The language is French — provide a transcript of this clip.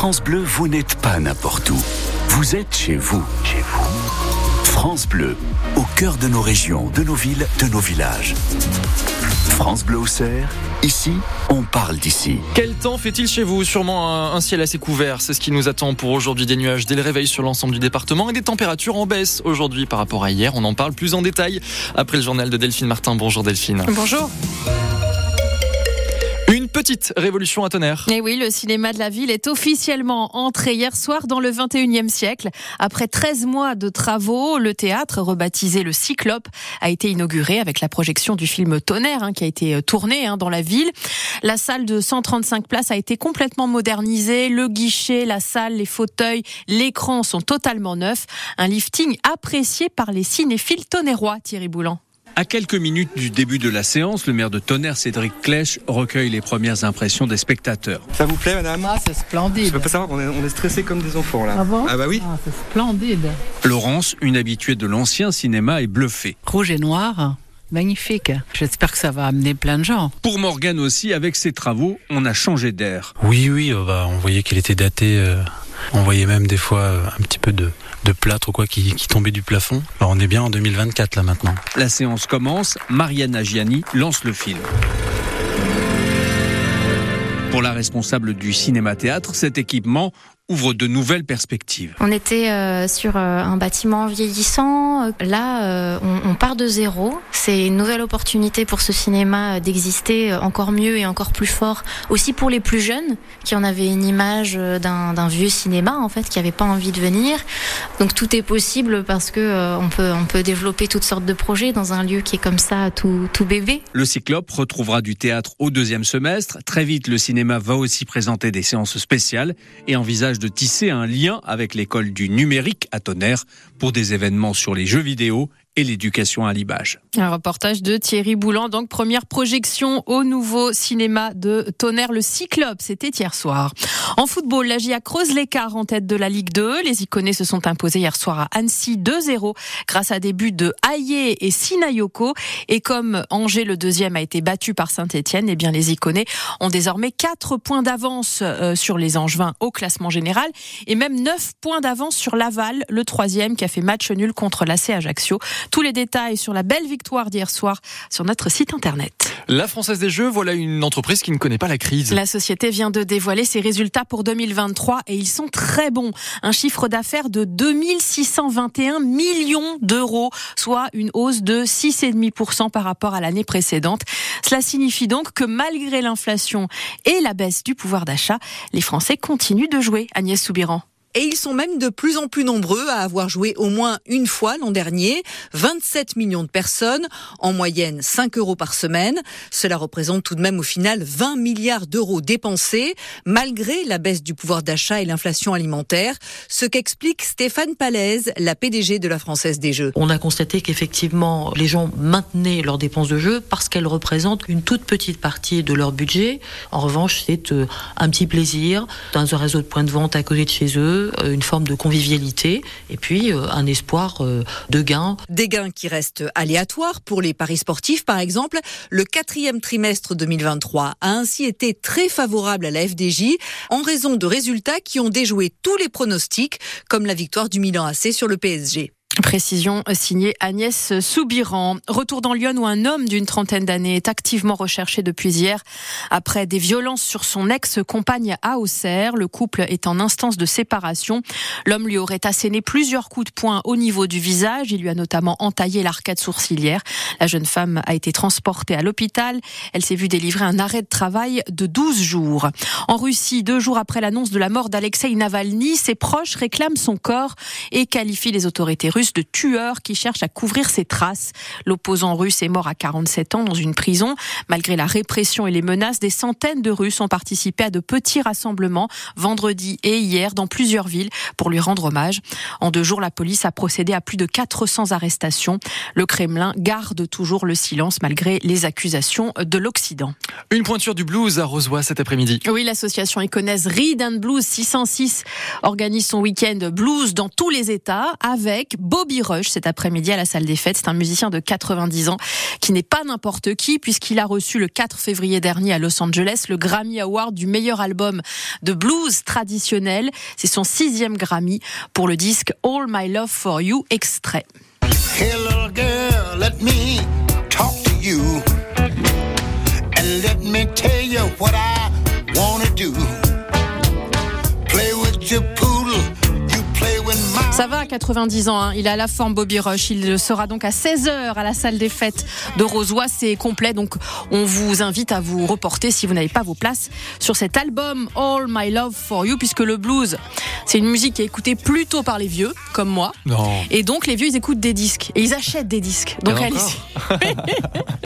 France Bleu, vous n'êtes pas n'importe où. Vous êtes chez vous. Chez vous. France Bleu, au cœur de nos régions, de nos villes, de nos villages. France Bleu Auxerre, ici, on parle d'ici. Quel temps fait-il chez vous ? Sûrement un ciel assez couvert, c'est ce qui nous attend pour aujourd'hui. Des nuages dès le réveil sur l'ensemble du département et des températures en baisse aujourd'hui par rapport à hier. On en parle plus en détail après le journal de Delphine Martin. Bonjour Delphine. Bonjour. Une petite révolution à Tonnerre. Et oui, le cinéma de la ville est officiellement entré hier soir dans le 21e siècle. Après 13 mois de travaux, le théâtre, rebaptisé le Cyclope, a été inauguré avec la projection du film Tonnerre, qui a été tourné dans la ville. La salle de 135 places a été complètement modernisée. Le guichet, la salle, les fauteuils, l'écran sont totalement neufs. Un lifting apprécié par les cinéphiles tonnerrois, Thierry Boulan. À quelques minutes du début de la séance, le maire de Tonnerre, Cédric Clèche, recueille les premières impressions des spectateurs. Ça vous plaît, madame ? Ah, c'est splendide. Je peux pas savoir qu'on est stressés comme des enfants, là. Ah bon ? Ah bah oui. Ah, c'est splendide. Laurence, une habituée de l'ancien cinéma, est bluffée. Rouge et noir, magnifique. J'espère que ça va amener plein de gens. Pour Morgane aussi, avec ses travaux, on a changé d'air. Oui, on voyait qu'il était daté. On voyait même des fois un petit peu de plâtre ou quoi qui tombait du plafond. Alors on est bien en 2024 là maintenant. La séance commence, Mariana Gianni lance le film. Pour la responsable du cinéma-théâtre, cet équipement ouvre de nouvelles perspectives. On était sur un bâtiment vieillissant. Là, on part de zéro. C'est une nouvelle opportunité pour ce cinéma d'exister encore mieux et encore plus fort. Aussi pour les plus jeunes, qui en avaient une image d'un vieux cinéma, en fait, qui n'avaient pas envie de venir. Donc tout est possible parce que on peut développer toutes sortes de projets dans un lieu qui est comme ça, tout bébé. Le Cyclope retrouvera du théâtre au deuxième semestre. Très vite, le cinéma va aussi présenter des séances spéciales et envisage de tisser un lien avec l'école du numérique à Tonnerre pour des événements sur les jeux vidéo et l'éducation à l'image. Un reportage de Thierry Boulan. Donc, première projection au nouveau cinéma de Tonnerre, le Cyclope. C'était hier soir. En football, la GIA creuse l'écart en tête de la Ligue 2. Les Iconais se sont imposés hier soir à Annecy 2-0 grâce à des buts de Hayé et Sinayoko. Et comme Angers, le deuxième, a été battu par Saint-Etienne, eh bien, les Iconais ont désormais 4 points d'avance sur les Angevins au classement général et même 9 points d'avance sur Laval, le troisième qui a fait match nul contre l'AC Ajaccio. Tous les détails sur la belle victoire d'hier soir sur notre site internet. La Française des Jeux, voilà une entreprise qui ne connaît pas la crise. La société vient de dévoiler ses résultats pour 2023 et ils sont très bons. Un chiffre d'affaires de 2621 millions d'euros, soit une hausse de 6,5% par rapport à l'année précédente. Cela signifie donc que malgré l'inflation et la baisse du pouvoir d'achat, les Français continuent de jouer. Agnès Soubiran. Et ils sont même de plus en plus nombreux à avoir joué au moins une fois l'an dernier. 27 millions de personnes, en moyenne 5 € par semaine. Cela représente tout de même au final 20 milliards d'euros dépensés, malgré la baisse du pouvoir d'achat et l'inflation alimentaire. Ce qu'explique Stéphane Palaise, la PDG de la Française des Jeux. On a constaté qu'effectivement, les gens maintenaient leurs dépenses de jeu parce qu'elles représentent une toute petite partie de leur budget. En revanche, c'est un petit plaisir dans un réseau de points de vente à côté de chez eux, une forme de convivialité et puis un espoir de gains. Des gains qui restent aléatoires pour les paris sportifs par exemple. Le 4e trimestre 2023 a ainsi été très favorable à la FDJ en raison de résultats qui ont déjoué tous les pronostics comme la victoire du Milan AC sur le PSG. Précision signée Agnès Soubiran. Retour dans Lyon où un homme d'une trentaine d'années est activement recherché depuis hier après des violences sur son ex-compagne à Auxerre. Le couple est en instance de séparation. L'homme lui aurait asséné plusieurs coups de poing au niveau du visage. Il lui a notamment entaillé l'arcade sourcilière. La jeune femme a été transportée à l'hôpital. Elle s'est vue délivrer un arrêt de travail de 12 jours. En Russie, 2 jours après l'annonce de la mort d'Alexeï Navalny, ses proches réclament son corps et qualifient les autorités russes de tueur qui cherche à couvrir ses traces. L'opposant russe est mort à 47 ans dans une prison. Malgré la répression et les menaces, des centaines de Russes ont participé à de petits rassemblements vendredi et hier dans plusieurs villes pour lui rendre hommage. En 2 jours, la police a procédé à plus de 400 arrestations. Le Kremlin garde toujours le silence malgré les accusations de l'Occident. Une pointure du blues à Rozoy cet après-midi. Oui, l'association iconaise Read and Blues 606 organise son week-end blues dans tous les États avec Bobby Bobby Rush cet après-midi à la salle des fêtes. C'est un musicien de 90 ans qui n'est pas n'importe qui puisqu'il a reçu le 4 février dernier à Los Angeles le Grammy Award du meilleur album de blues traditionnel. C'est son 6e Grammy pour le disque All My Love For You, extrait. Hey little girl, let me talk to you and let me tell you what I wanna do. Play with your poodle, you play with my... Ça va à 90 ans, hein. Il a la forme Bobby Rush. Il sera donc à 16h à la salle des fêtes de Rozoy. C'est complet, donc on vous invite à vous reporter si vous n'avez pas vos places sur cet album All My Love For You, puisque le blues, c'est une musique qui est écoutée plutôt par les vieux, comme moi. Non. Et donc les vieux, ils écoutent des disques et ils achètent des disques. Donc allez-y.